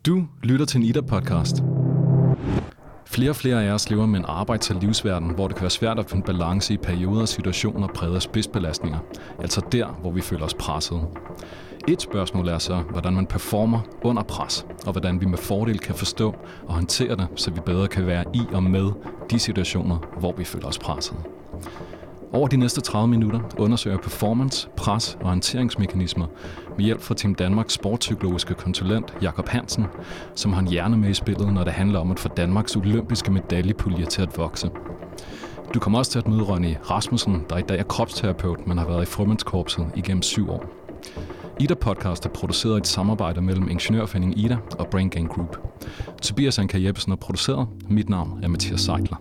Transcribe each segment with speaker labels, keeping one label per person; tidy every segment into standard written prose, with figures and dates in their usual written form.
Speaker 1: Du lytter til en Ida-podcast. Flere og flere af os lever med en arbejds- og livsverden, hvor det kan være svært at finde balance i perioder og situationer præget af spidsbelastninger. Altså der, hvor vi føler os presset. Et spørgsmål er så, hvordan man performer under pres, og hvordan vi med fordel kan forstå og håndtere det, så vi bedre kan være i og med de situationer, hvor vi føler os presset. Over de næste 30 minutter undersøger performance, pres og håndteringsmekanismer med hjælp fra Team Danmarks sportspsykologiske konsulent Jakob Hansen, som har en hjerne med i spillet, når det handler om at få Danmarks olympiske medaljepulje til at vokse. Du kommer også til at møde Ronny Rasmussen, der i dag er kropsterapeut, men har været i frømandskorpset igennem 7 år. Ida-podcast er produceret i et samarbejde mellem Ingeniørforeningen Ida og Brain Gain Group. Tobias Anker Jeppesen er produceret. Mit navn er Mathias Seidler.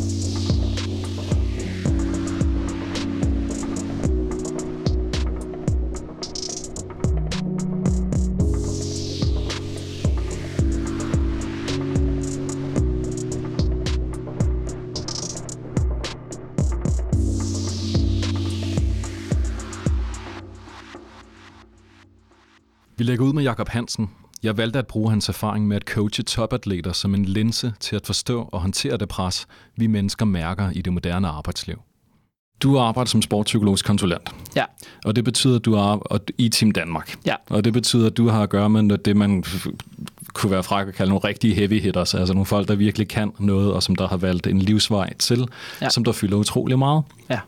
Speaker 1: Vi lægger ud med Jakob Hansen. Jeg valgte at bruge hans erfaring med at coache topatleter som en linse til at forstå og håndtere det pres, vi mennesker mærker i det moderne arbejdsliv. Du arbejder som sportspsykologisk konsulent.
Speaker 2: Ja.
Speaker 1: Og det betyder, at du er i Team Danmark.
Speaker 2: Ja.
Speaker 1: Og det betyder, at du har at gøre med det, man kunne være fræk at kalde nogle rigtige heavy hitters. Altså nogle folk, der virkelig kan noget, og som der har valgt en livsvej til, som der fylder utrolig meget.
Speaker 2: Ja.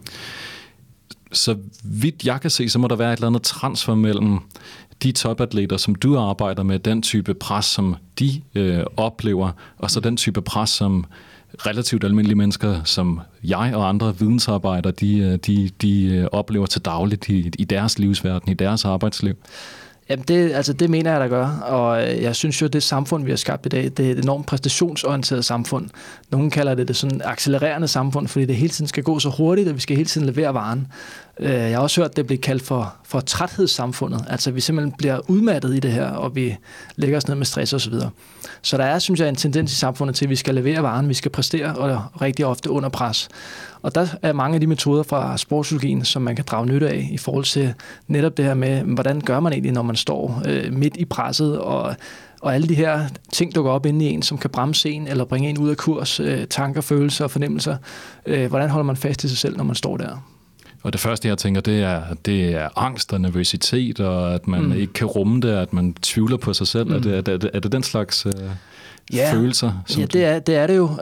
Speaker 1: Så vidt jeg kan se, så må der være et eller andet transfer mellem de topatleter, som du arbejder med, den type pres, som de oplever, og så den type pres, som relativt almindelige mennesker, som jeg og andre vidensarbejdere, de oplever til dagligt i deres livsverden, i deres arbejdsliv.
Speaker 2: Jamen det mener jeg, der gør, og jeg synes jo, at det samfund, vi har skabt i dag, det er et enormt præstationsorienteret samfund. Nogle kalder det sådan accelererende samfund, fordi det hele tiden skal gå så hurtigt, og vi skal hele tiden levere varen. Jeg har også hørt, at det bliver kaldt for træthedssamfundet, altså vi simpelthen bliver udmattet i det her, og vi lægger os ned med stress osv. Så der er, synes jeg, en tendens i samfundet til, at vi skal levere varen, vi skal præstere, og rigtig ofte under pres. Og der er mange af de metoder fra sportspsykologien, som man kan drage nytte af i forhold til netop det her med, hvordan gør man egentlig, når man står midt i presset, og alle de her ting dukker op inde i en, som kan bremse en eller bringe en ud af kurs, tanker, følelser og fornemmelser. Hvordan holder man fast i sig selv, når man står der?
Speaker 1: Og det første, jeg tænker, det er angst og nervøsitet, og at man ikke kan rumme det, at man tvivler på sig selv. Er det den slags følelser?
Speaker 2: Ja, det er det jo.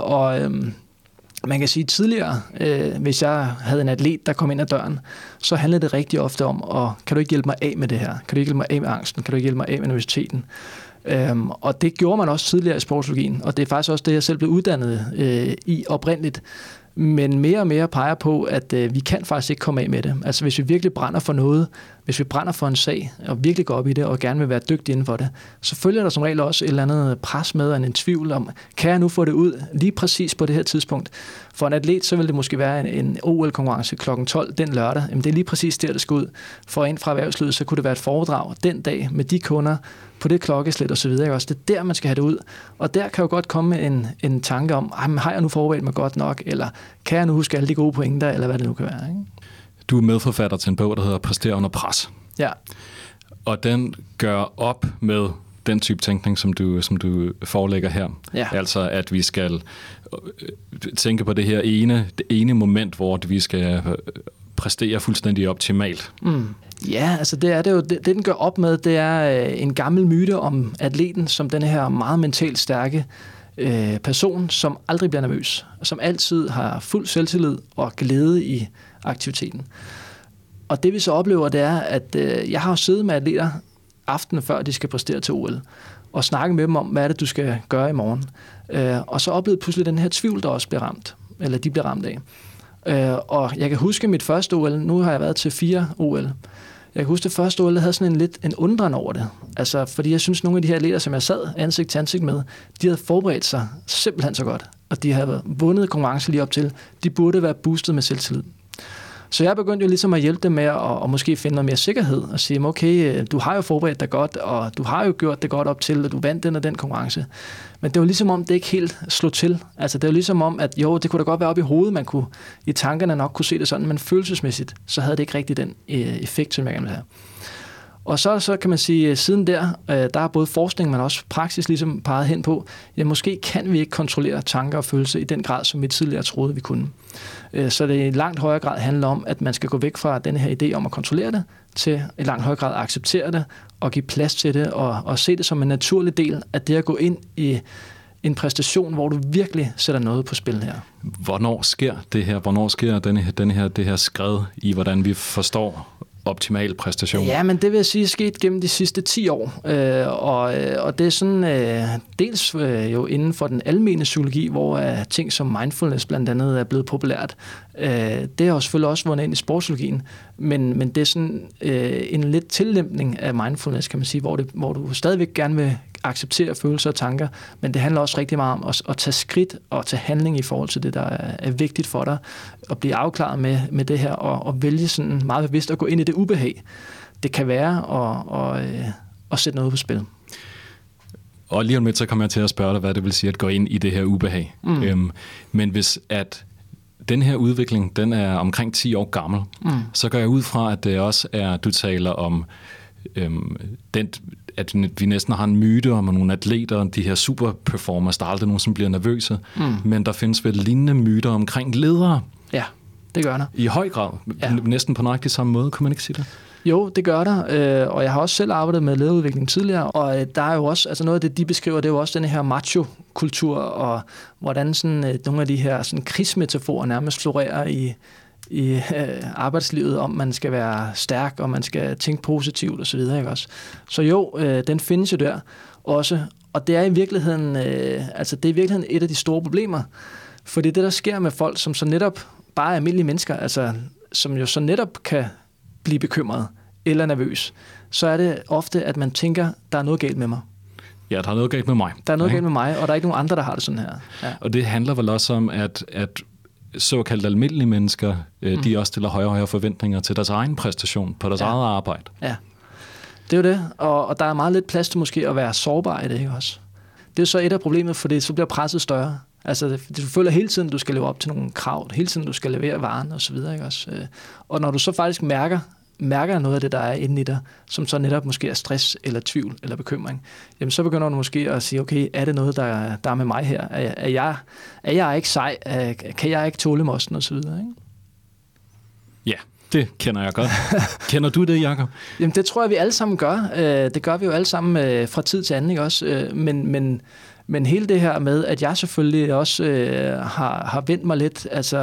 Speaker 2: Man kan sige tidligere, hvis jeg havde en atlet, der kom ind ad døren, så handlede det rigtig ofte om, kan du ikke hjælpe mig af med det her? Kan du ikke hjælpe mig af med angsten? Kan du ikke hjælpe mig af med nervøsiteten? Og det gjorde man også tidligere i sportspsykologien, og det er faktisk også det, jeg selv blev uddannet i oprindeligt. Men mere og mere peger på, at vi kan faktisk ikke komme af med det. Altså hvis vi virkelig brænder for noget, hvis vi brænder for en sag, og virkelig går op i det, og gerne vil være dygtig inden for det, så følger der som regel også et eller andet pres med, og en tvivl om, kan jeg nu få det ud lige præcis på det her tidspunkt? For en atlet, så vil det måske være en OL-konkurrence kl. 12 den lørdag. Jamen det er lige præcis der, det skal ud. For en fra erhvervslivet, så kunne det være et foredrag den dag med de kunder, på det klokkeslæt og så videre. Også det er der, man skal have det ud. Og der kan jo godt komme en tanke om, har jeg nu forberedt mig godt nok, eller kan jeg nu huske alle de gode pointer, eller hvad det nu kan være. Ikke?
Speaker 1: Du er medforfatter til en bog, der hedder Præstere under pres.
Speaker 2: Ja.
Speaker 1: Og den gør op med den type tænkning, som du forelægger her. Ja. Altså, at vi skal tænke på det ene moment, hvor vi skal præstere fuldstændig optimalt.
Speaker 2: Ja, altså det er det jo. Det den gør op med, det er en gammel myte om atleten som den her meget mentalt stærke person, som aldrig bliver nervøs, som altid har fuld selvtillid og glæde i aktiviteten. Og det vi så oplever, det er, at jeg har siddet med atleter aftenen før de skal præstere til OL, og snakke med dem om, hvad er det, du skal gøre i morgen. Og så oplevede pludselig den her tvivl, der også bliver ramt, eller de bliver ramt af. Og jeg kan huske mit første OL, nu har jeg været til 4 OL. Jeg kan huske det første OL, jeg havde sådan en undren over det. Altså, fordi jeg synes, nogle af de her atleter, som jeg sad ansigt til ansigt med, de havde forberedt sig simpelthen så godt. Og de havde vundet konkurrence lige op til. De burde være boostet med selvtillid. Så jeg begyndte jo ligesom at hjælpe dem med at måske finde noget mere sikkerhed og sige, okay, du har jo forberedt dig godt, og du har jo gjort det godt op til, og du vandt den og den konkurrence. Men det var ligesom om, det ikke helt slog til. Altså det var ligesom om, at jo, det kunne da godt være op i hovedet, man kunne i tankerne nok kunne se det sådan, men følelsesmæssigt, så havde det ikke rigtig den effekt, som jeg gerne ville have. Og så kan man sige, at siden der er både forskning, men også praksis ligesom peget hen på, at måske kan vi ikke kontrollere tanker og følelser i den grad, som vi tidligere troede, vi kunne. Så det i langt højere grad handler om, at man skal gå væk fra den her idé om at kontrollere det, til i langt højere grad at acceptere det, og give plads til det, og se det som en naturlig del af det at gå ind i en præstation, hvor du virkelig sætter noget på spil her.
Speaker 1: Hvornår sker det her? Hvornår sker det her skred i, hvordan vi forstår optimal præstation?
Speaker 2: Ja, men det vil jeg sige er sket gennem de sidste 10 år. Og det er sådan dels jo inden for den almene psykologi, hvor ting som mindfulness blandt andet er blevet populært. Det har selvfølgelig også vundet ind i sportspsykologien, men det er sådan en lidt tillempning af mindfulness, kan man sige, hvor du stadigvæk gerne vil acceptere følelser og tanker, men det handler også rigtig meget om at tage skridt og tage handling i forhold til det, der er vigtigt for dig, og blive afklaret med det her, og vælge sådan meget bevidst at gå ind i det ubehag, det kan være at sætte noget på spil.
Speaker 1: Og lige om lidt, så kommer jeg til at spørge dig, hvad det vil sige at gå ind i det her ubehag. Men hvis at den her udvikling, den er omkring 10 år gammel, så går jeg ud fra, at det også er, du taler om at vi næsten har en myte om nogle atleter, de her superperformers, der aldrig nogen, som bliver nervøse, men der findes vel lignende myter omkring ledere.
Speaker 2: Ja, det gør der.
Speaker 1: I høj grad. Ja. Næsten på nøjagtig samme måde, kan man ikke sige det?
Speaker 2: Jo, det gør der, og jeg har også selv arbejdet med lederudvikling tidligere, og der er jo også, altså noget af det, de beskriver, det er jo også den her macho-kultur, og hvordan sådan, nogle af de her sådan, krigsmetaforer nærmest florerer i arbejdslivet, om man skal være stærk, og man skal tænke positivt osv. Så jo, den findes jo der også, og det er i virkeligheden, et af de store problemer, for det er det, der sker med folk, som så netop bare er almindelige mennesker, altså som jo så netop kan blive bekymret eller nervøs, så er det ofte, at man tænker, der er noget galt med mig.
Speaker 1: Ja, der er noget galt med mig.
Speaker 2: Der er noget galt med mig, og der er ikke nogen andre, der har det sådan her. Ja.
Speaker 1: Og det handler vel også om, at såkaldt almindelige mennesker, de også stiller højere og højere forventninger til deres egen præstation, på deres eget arbejde. Ja,
Speaker 2: det er jo det. Og der er meget lidt plads til måske at være sårbar i det, ikke også? Det er så et af problemet, for så bliver presset større. Altså, du føler hele tiden, du skal leve op til nogle krav, hele tiden, du skal levere varen og så videre, ikke også? Og når du så faktisk mærker noget af det, der er inde i dig, som så netop måske er stress eller tvivl eller bekymring, jamen så begynder du måske at sige, okay, er det noget, der er med mig her? Er jeg ikke sej? Kan jeg ikke tåle mosten og så videre, ikke?
Speaker 1: Ja, det kender jeg godt. Kender du det, Jakob?
Speaker 2: Jamen, det tror jeg, vi alle sammen gør. Det gør vi jo alle sammen fra tid til anden, ikke også? Men hele det her med, at jeg selvfølgelig også har vendt mig lidt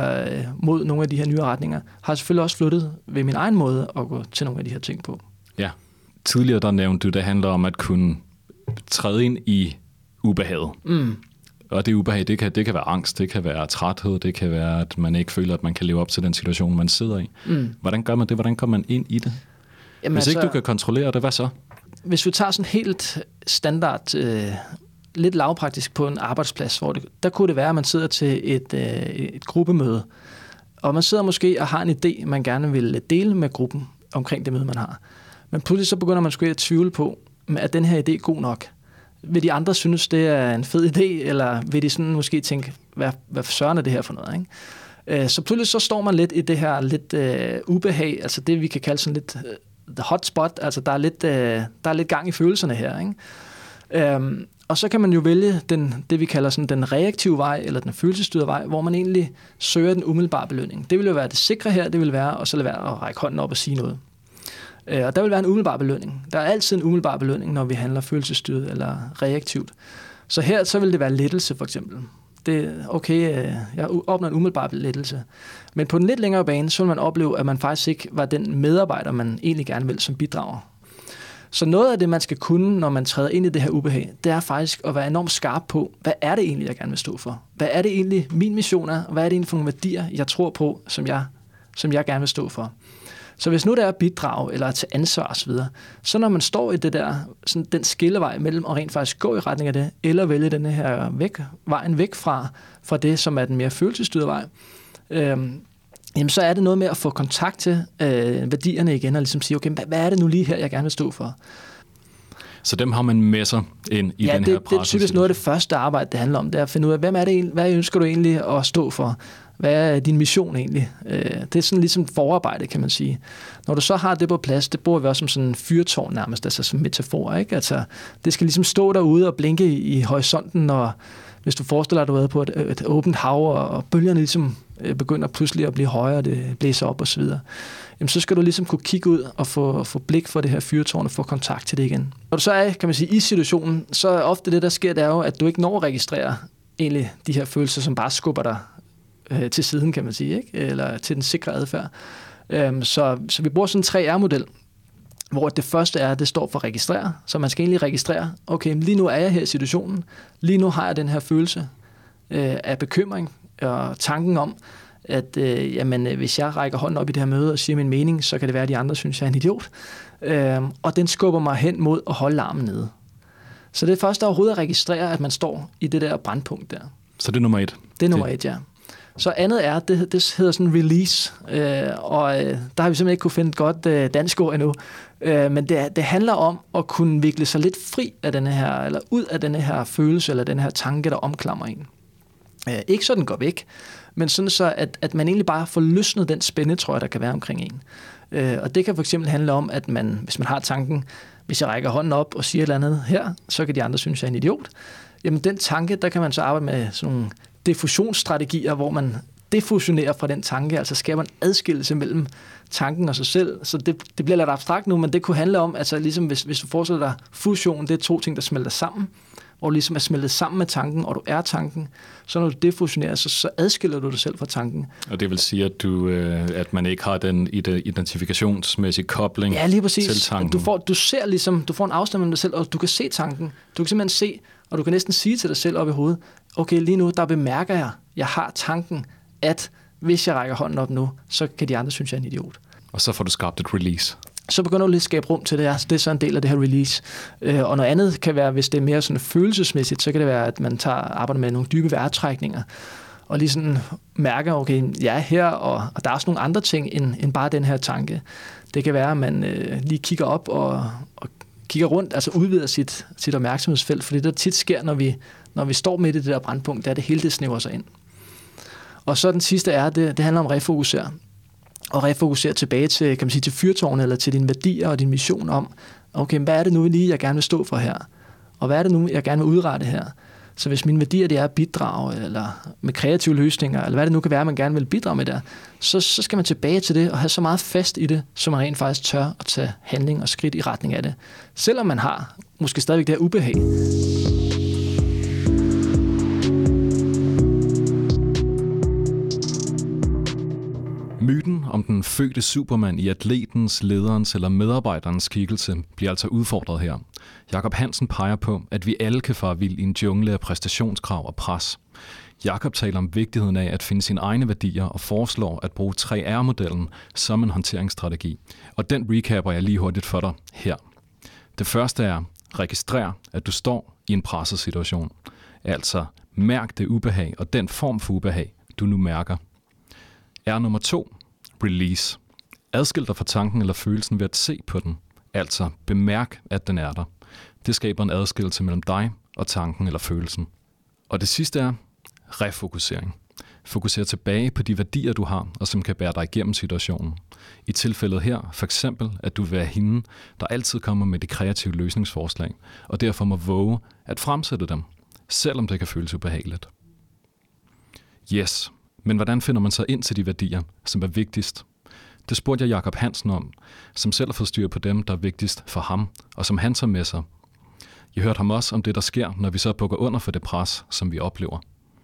Speaker 2: mod nogle af de her nye retninger, har selvfølgelig også flyttet ved min egen måde at gå til nogle af de her ting på. Ja.
Speaker 1: Tidligere der nævnte du, det handler om at kunne træde ind i ubehaget. Og det ubehag, det kan være angst, det kan være træthed, det kan være, at man ikke føler, at man kan leve op til den situation, man sidder i. Hvordan gør man det? Hvordan kommer man ind i det? Jamen, hvis ikke du kan kontrollere det, hvad så?
Speaker 2: Hvis vi tager sådan helt standard, lidt lavpraktisk på en arbejdsplads, hvor der kunne det være, at man sidder til et gruppemøde, og man sidder måske og har en idé, man gerne vil dele med gruppen omkring det møde, man har. Men pludselig så begynder man måske at tvivle på, at den her idé er god nok. Vil de andre synes, det er en fed idé, eller vil de sådan måske tænke, hvad søren er det her for noget, ikke? Så pludselig så står man lidt i det her lidt ubehag, altså det vi kan kalde sådan lidt the hotspot, altså der er lidt gang i følelserne her, ikke? Og så kan man jo vælge det vi kalder sådan den reaktive vej, eller den følelsesstyrede vej, hvor man egentlig søger den umiddelbare belønning. Det vil jo være det sikre her, det vil være, og så lade være at række hånden op og sige noget. Og der vil være en umiddelbar belønning. Der er altid en umiddelbar belønning, når vi handler følelsesstyret eller reaktivt. Så her så vil det være lettelse for eksempel. Jeg opnår en umiddelbar lettelse. Men på den lidt længere bane, så vil man opleve, at man faktisk ikke var den medarbejder, man egentlig gerne vil, som bidrager. Så noget af det, man skal kunne, når man træder ind i det her ubehag, det er faktisk at være enormt skarp på, hvad er det egentlig, jeg gerne vil stå for? Hvad er det egentlig, min mission er? Hvad er det egentlig for nogle værdier, jeg tror på, som jeg gerne vil stå for? Så hvis nu der er at bidrage eller at tage ansvar osv., så når man står i det der, sådan den skillevej mellem at rent faktisk gå i retning af det, eller vælge den her vejen væk fra det, som er den mere følelsesstyrede vej, jamen så er det noget med at få kontakt til værdierne igen, og ligesom sige, okay, hvad er det nu lige her, jeg gerne vil stå for?
Speaker 1: Så dem har man med sig ind i den her
Speaker 2: det er typisk noget af det første arbejde, det handler om, det er at finde ud af, hvad ønsker du egentlig at stå for? Hvad er din mission egentlig? Det er sådan ligesom forarbejde, kan man sige. Når du så har det på plads, det bruger vi også som sådan en fyrtårn nærmest, altså som metafor, ikke? Altså, det skal ligesom stå derude og blinke i horisonten, og hvis du forestiller dig, at du er på et åbent hav, og bølgerne ligesom begynder pludselig at blive højere, og det blæser op og så videre, jamen så skal du ligesom kunne kigge ud og få blik for det her fyrtårn og få kontakt til det igen. Når du så er, kan man sige, i situationen, så er ofte det, der sker, det er jo, at du ikke når at registrere egentlig de her følelser, som bare skubber dig til siden, kan man sige, ikke? Eller til den sikre adfærd. Så vi bruger sådan en 3R-model, hvor det første er, det står for registrere, så man skal egentlig registrere, okay, lige nu er jeg her i situationen, lige nu har jeg den her følelse af bekymring og tanken om, at hvis jeg rækker hånden op i det her møde og siger min mening, så kan det være, at de andre synes, jeg er en idiot. Og den skubber mig hen mod at holde larmen nede. Så det første er overhovedet at registrere, at man står i det der brandpunkt der.
Speaker 1: Så det er nummer 1?
Speaker 2: Det er nummer 1, ja. Så andet er, det hedder sådan release, og der har vi simpelthen ikke kunne finde et godt dansk ord endnu. Men det handler om at kunne vikle sig lidt fri af denne her, eller ud af denne her følelse, eller den her tanke, der omklamrer en. Ikke så den går væk, men sådan så, at man egentlig bare får løsnet den spændetrøje, der kan være omkring en. Og det kan for eksempel handle om, at hvis man har tanken, hvis jeg rækker hånden op og siger et eller andet her, så kan de andre synes, jeg er en idiot. Jamen den tanke, der kan man så arbejde med sådan nogle defusionsstrategier, hvor man defusionerer fra den tanke, altså skaber en adskillelse mellem tanken og sig selv. Så det bliver lidt abstrakt nu, men det kunne handle om, altså ligesom hvis du forestiller dig fusion, det er 2 ting, der smelter sammen, hvor du ligesom er smeltet sammen med tanken, og du er tanken. Så når du defusionerer, så adskiller du dig selv fra tanken.
Speaker 1: Og det vil sige, at man ikke har den identifikationsmæssige kobling til tanken.
Speaker 2: Du ser ligesom, du får en afstand med dig selv, og du kan se tanken. Du kan simpelthen se, og du kan næsten sige til dig selv op i hovedet, okay, lige nu, der bemærker jeg har tanken, at hvis jeg rækker hånden op nu, så kan de andre synes, jeg er en idiot.
Speaker 1: Og så får du skabt et release. Så
Speaker 2: begynder du lidt at skabe rum til det. Det er så en del af det her release. Og noget andet kan være, hvis det er mere sådan følelsesmæssigt, så kan det være, at man arbejder med nogle dybe vejrtrækninger, og lige sådan mærker, okay, jeg er her, og der er også nogle andre ting end bare den her tanke. Det kan være, at man lige kigger op og kigger rundt, altså udvider sit opmærksomhedsfelt, for det der tit sker, når vi står midt i det der brandpunkt, der er det hele, det snæver sig ind. Og så den sidste er, det handler om refokusere. Og refokusere tilbage til, kan man sige, til fyrtårnet, eller til dine værdier og din mission om, okay, hvad er det nu lige, jeg gerne vil stå for her? Og hvad er det nu, jeg gerne vil udrette her? Så hvis mine værdier, det er at bidrage, eller med kreative løsninger, eller hvad det nu kan være, man gerne vil bidrage med der, så skal man tilbage til det, og have så meget fast i det, så man rent faktisk tør at tage handling og skridt i retning af det. Selvom man har måske stadigvæk det her ubehag.
Speaker 1: Myten om den fødte Superman i atletens, lederens eller medarbejderens skikkelse bliver altså udfordret her. Jakob Hansen peger på, at vi alle kan fare vild i en jungle af præstationskrav og pres. Jakob taler om vigtigheden af at finde sine egne værdier og foreslår at bruge 3R-modellen som en håndteringsstrategi. Og den recapper jeg lige hurtigt for dig her. Det første er, registrer, at du står i en presset situation. Altså, mærk det ubehag og den form for ubehag, du nu mærker. Er nummer 2, release. Adskil dig fra tanken eller følelsen ved at se på den. Altså, bemærk, at den er der. Det skaber en adskillelse mellem dig og tanken eller følelsen. Og det sidste er refokusering. Fokuser tilbage på de værdier, du har, og som kan bære dig igennem situationen. I tilfældet her, for eksempel, at du vil være hende, der altid kommer med de kreative løsningsforslag, og derfor må våge at fremsætte dem, selvom det kan føles ubehageligt. Yes. Men hvordan finder man så ind til de værdier, som er vigtigst? Det spurgte jeg Jakob Hansen om, som selv har fået styr på dem, der er vigtigst for ham, og som han tager med sig. Jeg hørte ham også om det, der sker, når vi så bukker under for det pres, som vi oplever.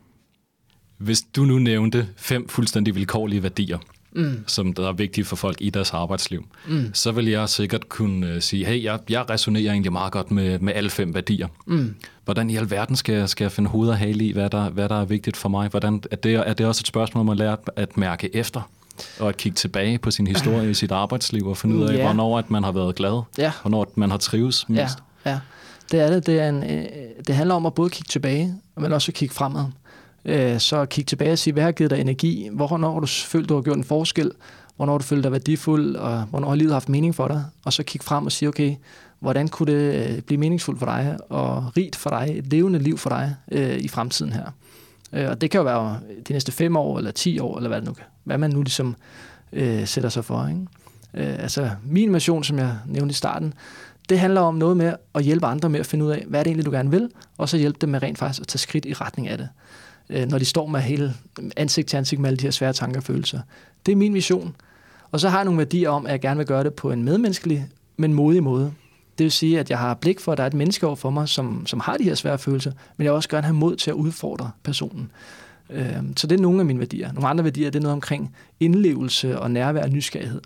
Speaker 1: Hvis du nu nævnte 5 fuldstændig vilkårlige værdier, som der er vigtige for folk i deres arbejdsliv, så vil jeg sikkert kunne sige, hey, jeg resonerer egentlig meget godt med alle 5 værdier. Hvordan i alverden skal jeg finde hoved og hale i, hvad der er vigtigt for mig? Hvordan, er det også et spørgsmål, om at lære at mærke efter, og at kigge tilbage på sin historie i sit arbejdsliv, og finde ud af, hvornår at man har været glad, hvornår man har trives mest?
Speaker 2: Ja, det er det. Det handler om at både kigge tilbage, men også at kigge fremad. Så kig tilbage og sige, hvad har givet dig energi? Hvornår har du følt, du har gjort en forskel? Hvornår har du følt dig værdifuld? Og hvornår har livet haft mening for dig? Og så kig frem og sige, okay, hvordan kunne det blive meningsfuldt for dig og rigt for dig, et levende liv for dig i fremtiden her? Og det kan jo være de næste 5 år, eller 10 år, eller hvad man nu ligesom sætter sig for. Ikke? Altså min mission, som jeg nævnte i starten, det handler om noget med at hjælpe andre med at finde ud af, hvad er det egentlig, du gerne vil, og så hjælpe dem med rent faktisk at tage skridt i retning af det, når de står med hele ansigt til ansigt med alle de her svære tanker og følelser. Det er min mission. Og så har jeg nogle værdier om, at jeg gerne vil gøre det på en medmenneskelig, men modig måde. Det vil sige, at jeg har blik for, at der er et menneske over for mig, som har de her svære følelser, men jeg vil også gerne have mod til at udfordre personen. Så det er nogle af mine værdier. Nogle andre værdier, det er noget omkring indlevelse og nærvær og nysgerrighed.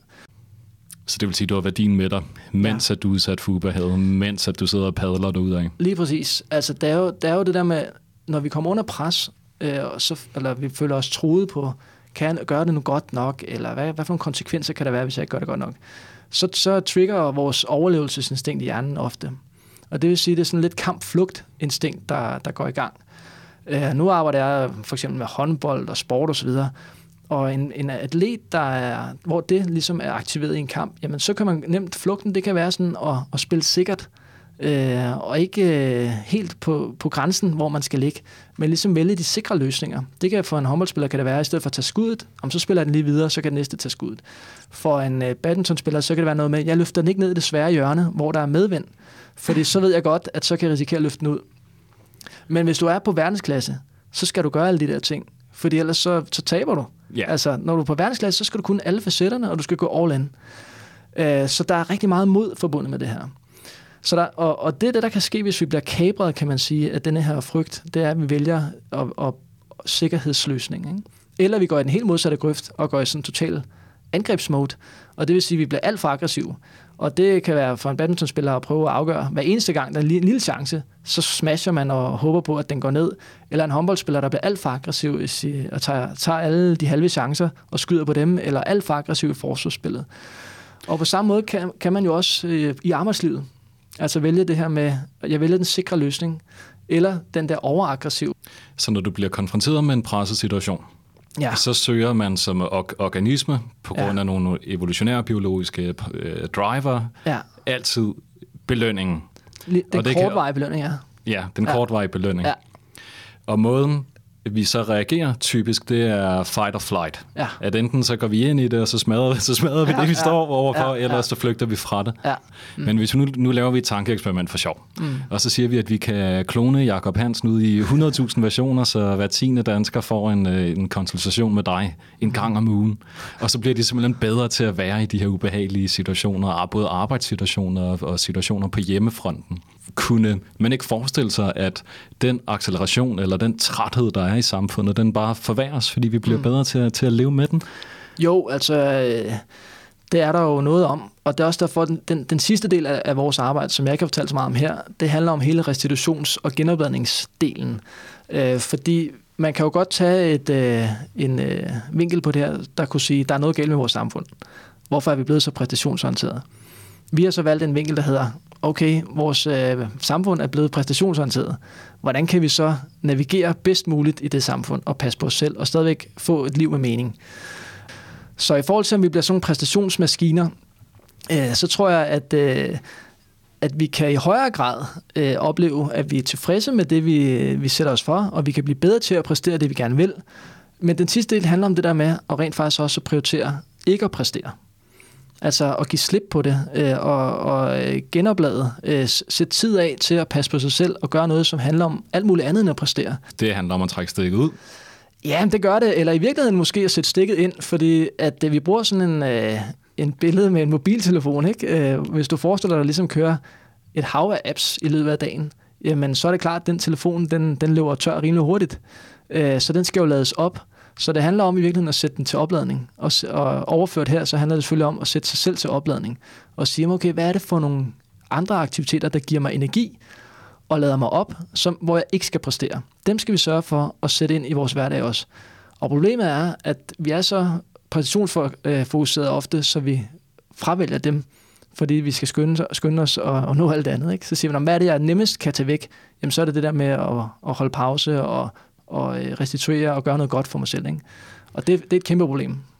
Speaker 1: Så det vil sige, at du har værdien med dig, mens at du er udsat for ubehag, mens at du sidder og padler derudad? Lige
Speaker 2: præcis. Altså, der er jo det der med, når vi kommer under pres, eller vi føler os truet på, kan jeg gøre det nu godt nok, eller hvad for nogle konsekvenser kan der være, hvis jeg ikke gør det godt nok, så trigger vores overlevelsesinstinkt i hjernen ofte. Og det vil sige, at det er sådan lidt kamp-flugt-instinkt, der går i gang. Nu arbejder jeg for eksempel med håndbold og sport osv., og en atlet, hvor det ligesom er aktiveret i en kamp, jamen så kan man nemt flugten, det kan være sådan at spille sikkert, og ikke helt på grænsen, hvor man skal ligge, men ligesom vælge de sikre løsninger. Det kan for en håndboldspiller kan det være, i stedet for at tage skuddet, om så spiller den lige videre, så kan den næste tage skuddet. For en badmintonspiller, så kan det være noget med, jeg løfter den ikke ned i det svære hjørne, hvor der er medvind, fordi så ved jeg godt, at så kan jeg risikere at løfte den ud. Men hvis du er på verdensklasse, så skal du gøre alle de der ting, fordi ellers så taber du. Yeah. Altså, når du er på verdensklasse, så skal du kunne alle facetterne, og du skal gå all in. Så der er rigtig meget mod forbundet med det her. Så og det er det, der kan ske, hvis vi bliver kapret, kan man sige, at denne her frygt, det er, at vi vælger at sikkerhedsløsning. Ikke? Eller vi går i den helt modsatte grøft og går i sådan en total angrebsmode, og det vil sige, at vi bliver alt for aggressive. Og det kan være for en badmintonspiller at prøve at afgøre, hver eneste gang, der er en lille chance, så smasher man og håber på, at den går ned. Eller en håndboldspiller, der bliver alt for aggressiv og tager alle de halve chancer og skyder på dem, eller alt for aggressiv i forsvarsspillet. Og på samme måde kan man jo også i arbejdslivet, altså vælge det her med, jeg vælger den sikre løsning, eller den der overaggressiv.
Speaker 1: Så når du bliver konfronteret med en presset situation, så søger man som organisme, på grund af nogle evolutionære biologiske driver, altid belønningen.
Speaker 2: Den kortvarige belønning,
Speaker 1: Ja, den kortvarige belønning. Ja. Og måden, vi så reagerer typisk, det er fight or flight. Ja. At enten så går vi ind i det, og så smadrer vi det, vi står overfor, eller så flygter vi fra det. Ja. Men hvis vi nu laver vi et tankeeksperiment for sjov, og så siger vi, at vi kan klone Jakob Hansen ud i 100.000 versioner, så hver 10. dansker får en konsultation med dig en gang om ugen. Og så bliver de simpelthen bedre til at være i de her ubehagelige situationer, både arbejdssituationer og situationer på hjemmefronten. Kunne man ikke forestille sig, at den acceleration eller den træthed, der er i samfundet, den bare forværres, fordi vi bliver bedre til at leve med den?
Speaker 2: Jo, altså det er der jo noget om, og det er også derfor, den sidste del af vores arbejde, som jeg ikke har fortalt så meget om her, det handler om hele restitutions- og genopladningsdelen. Fordi man kan jo godt tage en vinkel på det her, der kunne sige, at der er noget galt med vores samfund. Hvorfor er vi blevet så præstationsorienteret? Vi har så valgt en vinkel, der hedder, okay, vores samfund er blevet præstationsorienteret. Hvordan kan vi så navigere bedst muligt i det samfund og passe på os selv og stadigvæk få et liv med mening? Så i forhold til, om vi bliver sådan nogle præstationsmaskiner, så tror jeg, at vi kan i højere grad opleve, at vi er tilfredse med det, vi sætter os for, og vi kan blive bedre til at præstere det, vi gerne vil. Men den sidste del handler om det der med at rent faktisk også prioritere ikke at præstere. Altså at give slip på det, og genoplade, sætte tid af til at passe på sig selv, og gøre noget, som handler om alt muligt andet end at præstere.
Speaker 1: Det handler om at trække stikket ud?
Speaker 2: Ja, det gør det. Eller i virkeligheden måske at sætte stikket ind, fordi at vi bruger sådan en billede med en mobiltelefon, ikke? Hvis du forestiller dig at ligesom køre et hav af apps i løbet af dagen, jamen så er det klart, at den telefon, den løber tør rimelig hurtigt. Så den skal jo lades op. Så det handler om i virkeligheden at sætte den til opladning. Og overført her, så handler det selvfølgelig om at sætte sig selv til opladning. Og sige, okay, hvad er det for nogle andre aktiviteter, der giver mig energi og lader mig op, hvor jeg ikke skal præstere. Dem skal vi sørge for at sætte ind i vores hverdag også. Og problemet er, at vi er så præstationsfokuseret ofte, så vi fravælger dem, fordi vi skal skynde os og nå alt det andet. Ikke? Så siger man, hvad er det, jeg nemmest kan tage væk? Jamen så er det det der med at holde pause og restituere og gøre noget godt for mig selv. Ikke? Og det er et kæmpe problem.
Speaker 1: Ja.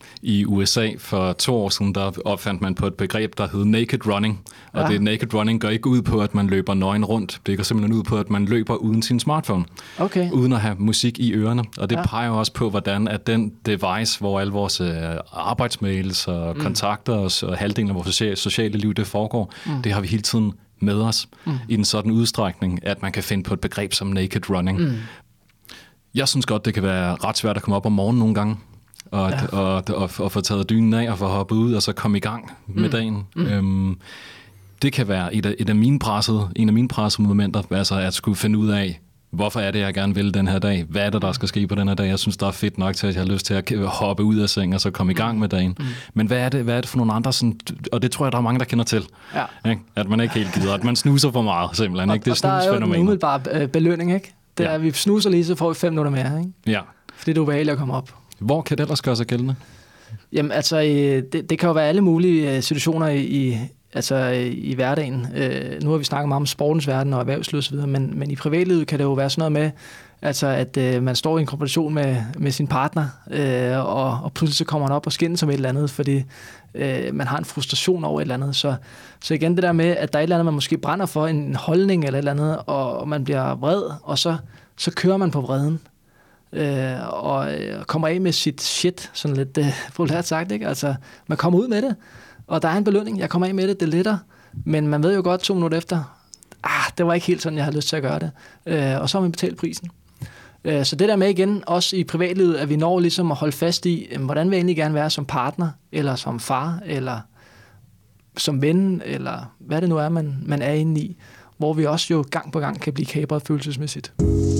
Speaker 1: I USA for 2 år siden, der opfandt man på et begreb, der hed naked running. Og det naked running går ikke ud på, at man løber nøgen rundt. Det går simpelthen ud på, at man løber uden sin smartphone.
Speaker 2: Okay.
Speaker 1: Uden at have musik i ørerne. Og det peger også på, hvordan at den device, hvor alle vores arbejdsmails og kontakter os og halvdelen af vores sociale liv, det foregår, det har vi hele tiden med os i en sådan udstrækning, at man kan finde på et begreb som naked running. Jeg synes godt, det kan være ret svært at komme op om morgenen nogle gange, og få taget dynen af og få hoppet ud, og så komme i gang med dagen. Det kan være en af mine pressede momenter, altså at skulle finde ud af, hvorfor er det, jeg gerne vil den her dag? Hvad er det, der skal ske på den her dag? Jeg synes, der er fedt nok til, at jeg har lyst til at hoppe ud af sengen og så komme i gang med dagen. Men hvad er det for nogle andre? Sådan, og det tror jeg, der er mange, der kender til. Ja. Ikke? At man ikke helt gider. At man snuser for meget, simpelthen. Ikke? Det
Speaker 2: og der er jo en umiddelbar belønning, ikke? Det er, at vi snuser lige, så får vi 5 minutter mere, ikke?
Speaker 1: Ja.
Speaker 2: Fordi det er ubehageligt at komme op.
Speaker 1: Hvor kan det ellers gøre sig gældende?
Speaker 2: Jamen, altså, det kan jo være alle mulige situationer i hverdagen. Nu har vi snakket meget om sportens verden og erhvervsliv og så videre, men i privatlivet kan det jo være sådan noget med, altså, at man står i en konfrontation med sin partner, og pludselig så kommer han op og skændes om et eller andet, fordi man har en frustration over et eller andet. Så igen det der med, at der er et eller andet, man måske brænder for, en holdning eller et eller andet, og man bliver vred, og så kører man på vreden. Og kommer af med sit shit, sådan lidt populært sagt, ikke? Altså, man kommer ud med det, og der er en belønning, jeg kommer af med det, det letter, men man ved jo godt 2 minutter efter, det var ikke helt sådan, jeg havde lyst til at gøre det, og så har man betalt prisen. Så det der med igen, også i privatlivet, at vi når ligesom at holde fast i, hvordan vil jeg egentlig gerne være som partner, eller som far, eller som ven, eller hvad det nu er, man er inde i, hvor vi også jo gang på gang kan blive kapret følelsesmæssigt.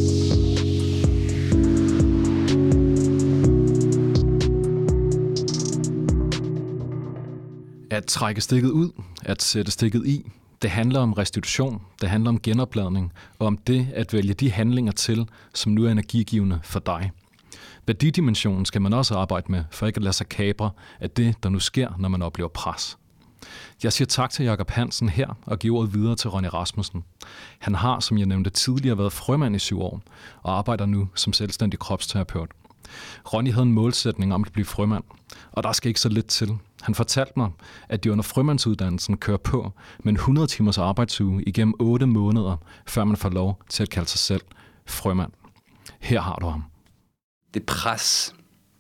Speaker 1: At trække stikket ud, at sætte stikket i, det handler om restitution, det handler om genopladning, og om det at vælge de handlinger til, som nu er energigivende for dig. Værdidimensionen skal man også arbejde med, for ikke at lade sig kapre af det, der nu sker, når man oplever pres. Jeg siger tak til Jakob Hansen her og giver ordet videre til Ronny Rasmussen. Han har, som jeg nævnte tidligere, været frømand i 7 år og arbejder nu som selvstændig kropsterapeut. Ronny havde en målsætning om at blive frømand, og der skal ikke så lidt til. Han fortalte mig, at de under frømandsuddannelsen kører på med en 100 timers arbejdsuge igennem 8 måneder, før man får lov til at kalde sig selv frømand. Her har du ham.
Speaker 3: Det pres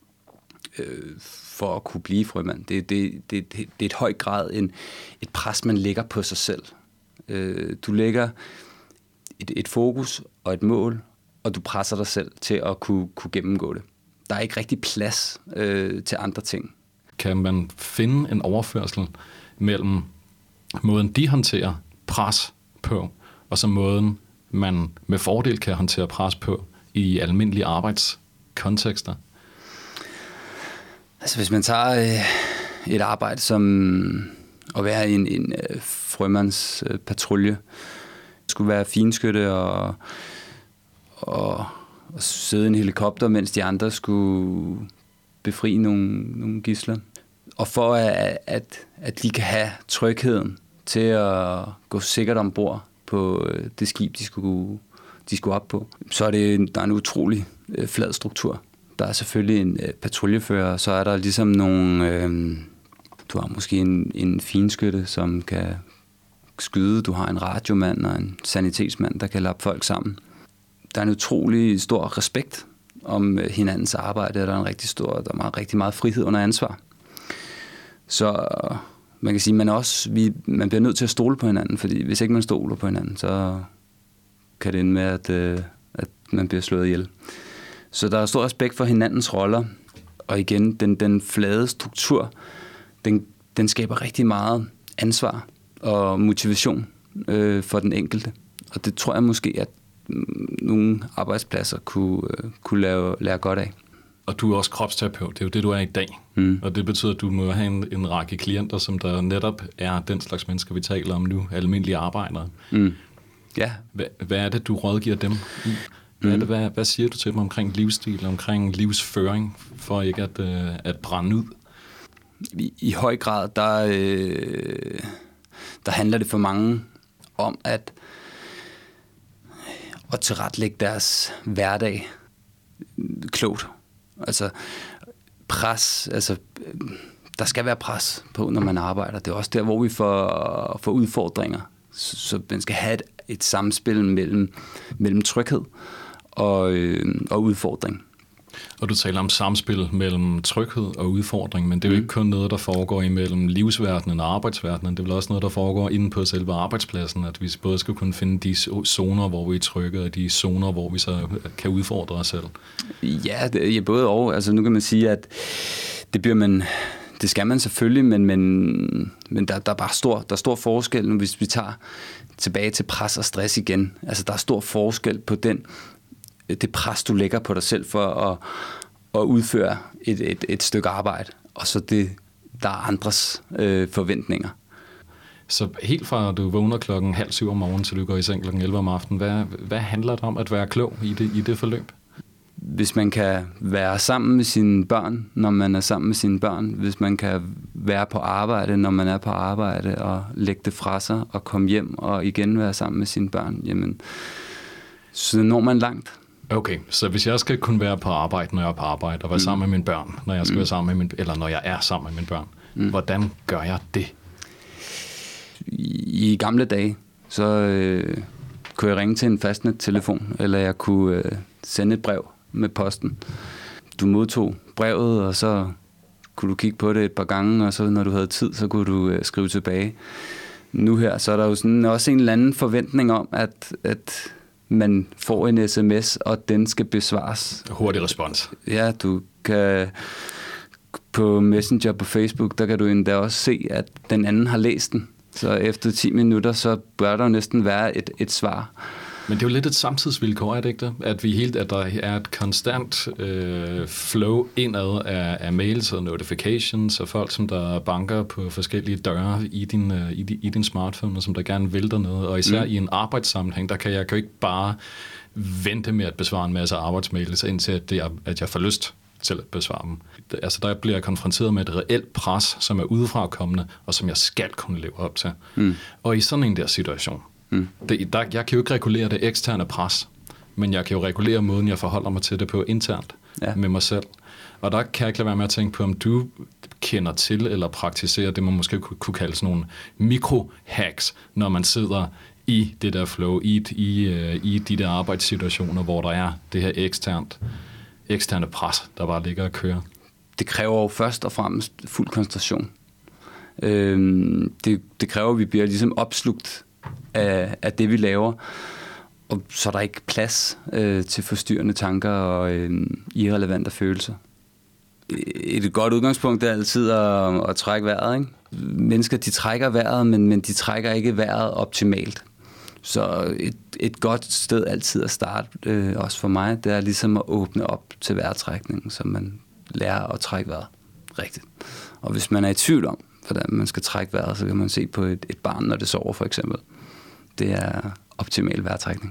Speaker 3: for at kunne blive frømand, det er et høj grad et pres, man lægger på sig selv. Du lægger et fokus og et mål, og du presser dig selv til at kunne gennemgå det. Der er ikke rigtig plads til andre ting.
Speaker 1: Kan man finde en overførsel mellem måden, de håndterer pres på, og så måden, man med fordel kan håndtere pres på i almindelige arbejdskontekster?
Speaker 3: Altså hvis man tager et arbejde som at være i en frømandspatrulje, skulle være finskytte og sidde i en helikopter, mens de andre skulle befri nogle gidsler. Og for at de kan have trygheden til at gå sikkert ombord på det skib, de skulle op på, så er der en utrolig flad struktur. Der er selvfølgelig en patruljefører, så er der ligesom nogle... du har måske en finskytte, som kan skyde. Du har en radiomand og en sanitetsmand, der kan lappe folk sammen. Der er en utrolig stor respekt om hinandens arbejde, og der er rigtig meget frihed under ansvar. Så man kan sige, man bliver nødt til at stole på hinanden, fordi hvis ikke man stoler på hinanden, så kan det ende med, at man bliver slået ihjel. Så der er stor respekt for hinandens roller, og igen, den flade struktur, den skaber rigtig meget ansvar og motivation for den enkelte. Og det tror jeg måske, at nogle arbejdspladser kunne lære godt af.
Speaker 1: Og du er også kropsterapeut, det er jo det, du er i dag. Og det betyder, at du må have en række klienter, som der netop er den slags mennesker, vi taler om nu, almindelige arbejdere.
Speaker 3: Ja.
Speaker 1: Hvad er det, du rådgiver dem i? Hvad siger du til dem omkring livsstil, omkring livsføring, for ikke at brænde ud?
Speaker 3: I høj grad, der handler det for mange om at tilrettelægge deres hverdag klogt. Altså pres, altså der skal være pres på, når man arbejder. Det er også der, hvor vi får udfordringer. Så man skal have et samspil mellem tryghed og udfordring.
Speaker 1: Og du taler om samspil mellem tryghed og udfordring, men det er jo ikke kun noget, der foregår imellem livsverdenen og arbejdsverdenen. Det er vel også noget, der foregår inde på selve arbejdspladsen, at vi både skal kunne finde de zoner, hvor vi er trygge, og de zoner, hvor vi så kan udfordre os selv.
Speaker 3: Ja, både og. Altså nu kan man sige, at det skal man selvfølgelig, men der er bare stor forskel, nu hvis vi tager tilbage til pres og stress igen. Altså der er stor forskel på det pres, du lægger på dig selv for at udføre et stykke arbejde, og så der er andres forventninger.
Speaker 1: Så helt fra du vågner 6:30 om morgenen, til du går i seng 11 om aftenen, hvad handler det om at være klog i det forløb?
Speaker 3: Hvis man kan være sammen med sine børn, når man er sammen med sine børn, hvis man kan være på arbejde, når man er på arbejde, og lægge det fra sig og komme hjem og igen være sammen med sine børn, jamen, så når man langt.
Speaker 1: Okay, så hvis jeg skal kunne være på arbejde, når jeg er på arbejde, og være sammen med mine børn, når jeg skal være sammen med når jeg er sammen med mine børn, hvordan gør jeg det?
Speaker 3: I gamle dage, så kunne jeg ringe til en fastnet-telefon, eller jeg kunne sende et brev med posten. Du modtog brevet, og så kunne du kigge på det et par gange, og så når du havde tid, så kunne du skrive tilbage. Nu her, så er der jo sådan også en eller anden forventning om, at man får en sms, og den skal besvares.
Speaker 1: Hurtig respons.
Speaker 3: Ja, du kan på Messenger på Facebook, der kan du endda også se, at den anden har læst den. Så efter 10 minutter, så bør der jo næsten være et svar.
Speaker 1: Men det er jo lidt et samtidsvilkår, er det ikke det? At der er et konstant flow indad af mails og notifications og folk, som der banker på forskellige døre i din smartphone, og som der gerne vil der noget. Og især i en arbejdssammenhæng, der kan jeg jo ikke bare vente med at besvare en masse arbejdsmails, indtil at jeg får lyst til at besvare dem. Altså der bliver jeg konfronteret med et reelt pres, som er udefrakommende, og som jeg skal kunne leve op til. Og i sådan en der situation, jeg kan jo ikke regulere det eksterne pres, men jeg kan jo regulere måden, jeg forholder mig til det på internt med mig selv. Og der kan jeg ikke lade være med at tænke på, om du kender til eller praktiserer det, man måske kunne kalde sådan nogle mikro-hacks, når man sidder i det der flow, i de der arbejdssituationer, hvor der er det her eksterne pres, der bare ligger og kører.
Speaker 3: Det kræver jo først og fremmest fuld koncentration. Det kræver, at vi bliver ligesom opslugt af det, vi laver, og så er der ikke plads til forstyrrende tanker og irrelevante følelser. Et godt udgangspunkt er altid at trække vejret, ikke? Mennesker, de trækker vejret, men de trækker ikke vejret optimalt. Så et godt sted altid at starte, også for mig, det er ligesom at åbne op til vejrtrækningen, så man lærer at trække vejret rigtigt. Og hvis man er i tvivl om, hvordan man skal trække vejret, så kan man se på et barn, når det sover for eksempel. Det er optimal vejrtrækning.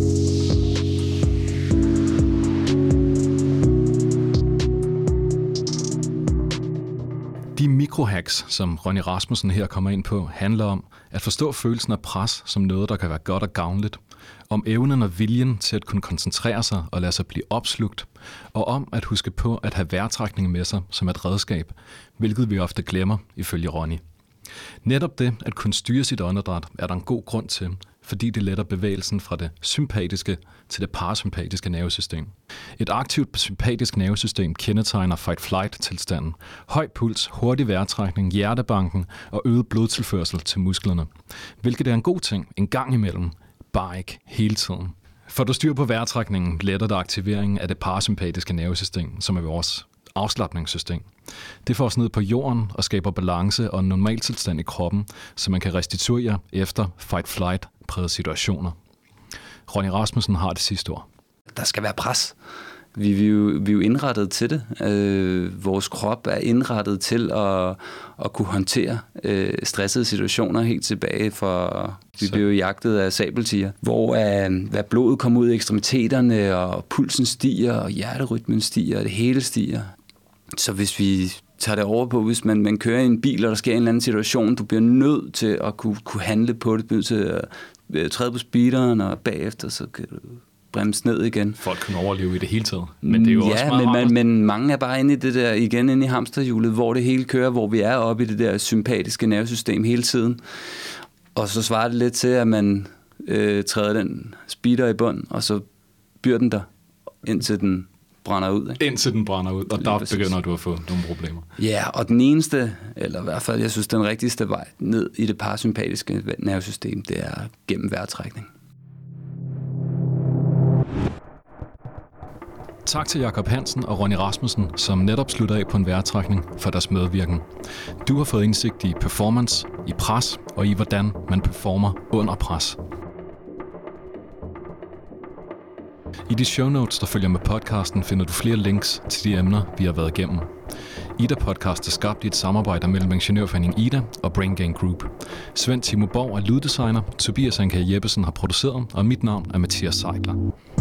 Speaker 1: De mikrohacks, som Ronny Rasmussen her kommer ind på, handler om at forstå følelsen af pres som noget, der kan være godt og gavnligt, om evnen og viljen til at kunne koncentrere sig og lade sig blive opslugt, og om at huske på at have vejrtrækning med sig som et redskab, hvilket vi ofte glemmer, ifølge Ronny. Netop det at kunne styre sit åndedræt er der en god grund til, fordi det letter bevægelsen fra det sympatiske til det parasympatiske nervesystem. Et aktivt sympatisk nervesystem kendetegner fight-flight-tilstanden, høj puls, hurtig vejrtrækning, hjertebanken og øget blodtilførsel til musklerne, hvilket er en god ting en gang imellem, bare ikke hele tiden. For du styr på vejrtrækningen letter det aktiveringen af det parasympatiske nervesystem, som er vores afslapningssystem. Det får os ned på jorden og skaber balance og en normal tilstand i kroppen, så man kan restituere efter fight-flight-prægede situationer. Ronny Rasmussen har det sidste ord.
Speaker 3: Der skal være pres. Vi er jo indrettet til det. Vores krop er indrettet til at kunne håndtere stressede situationer helt tilbage fra... Vi blev jagtet af sabeltiger, hvor blodet kommer ud i ekstremiteterne, og pulsen stiger, og hjerterytmen stiger, og det hele stiger. Så hvis vi tager det over på, hvis man kører i en bil, og der sker en eller anden situation, du bliver nødt til at kunne handle på det, nødt til at træde på speederen, og bagefter så kan du bremse ned igen.
Speaker 1: Folk kan overleve i det hele taget. Men det er jo også meget
Speaker 3: men mange er bare inde i det der, igen inde i hamsterhjulet, hvor det hele kører, hvor vi er oppe i det der sympatiske nervesystem hele tiden. Og så svarer det lidt til, at man træder den speeder i bund, og så bliver den der, indtil den brænder ud. Ikke?
Speaker 1: Indtil den brænder ud, og der begynder du at få nogle problemer.
Speaker 3: Ja, og den eneste, eller i hvert fald, jeg synes, den rigtigste vej ned i det parasympatiske nervesystem, det er gennem vejrtrækning.
Speaker 1: Tak til Jakob Hansen og Ronny Rasmussen, som netop slutter af på en vejrtrækning for deres medvirken. Du har fået indsigt i performance, i pres og i hvordan man performer under pres. I de show notes, der følger med podcasten, finder du flere links til de emner, vi har været igennem. Ida Podcast er skabt i et samarbejde mellem Ingeniørforeningen Ida og Brain Gain Group. Svend Timo Borg er lyddesigner, Tobias Anker Jeppesen har produceret, og mit navn er Mathias Seidler.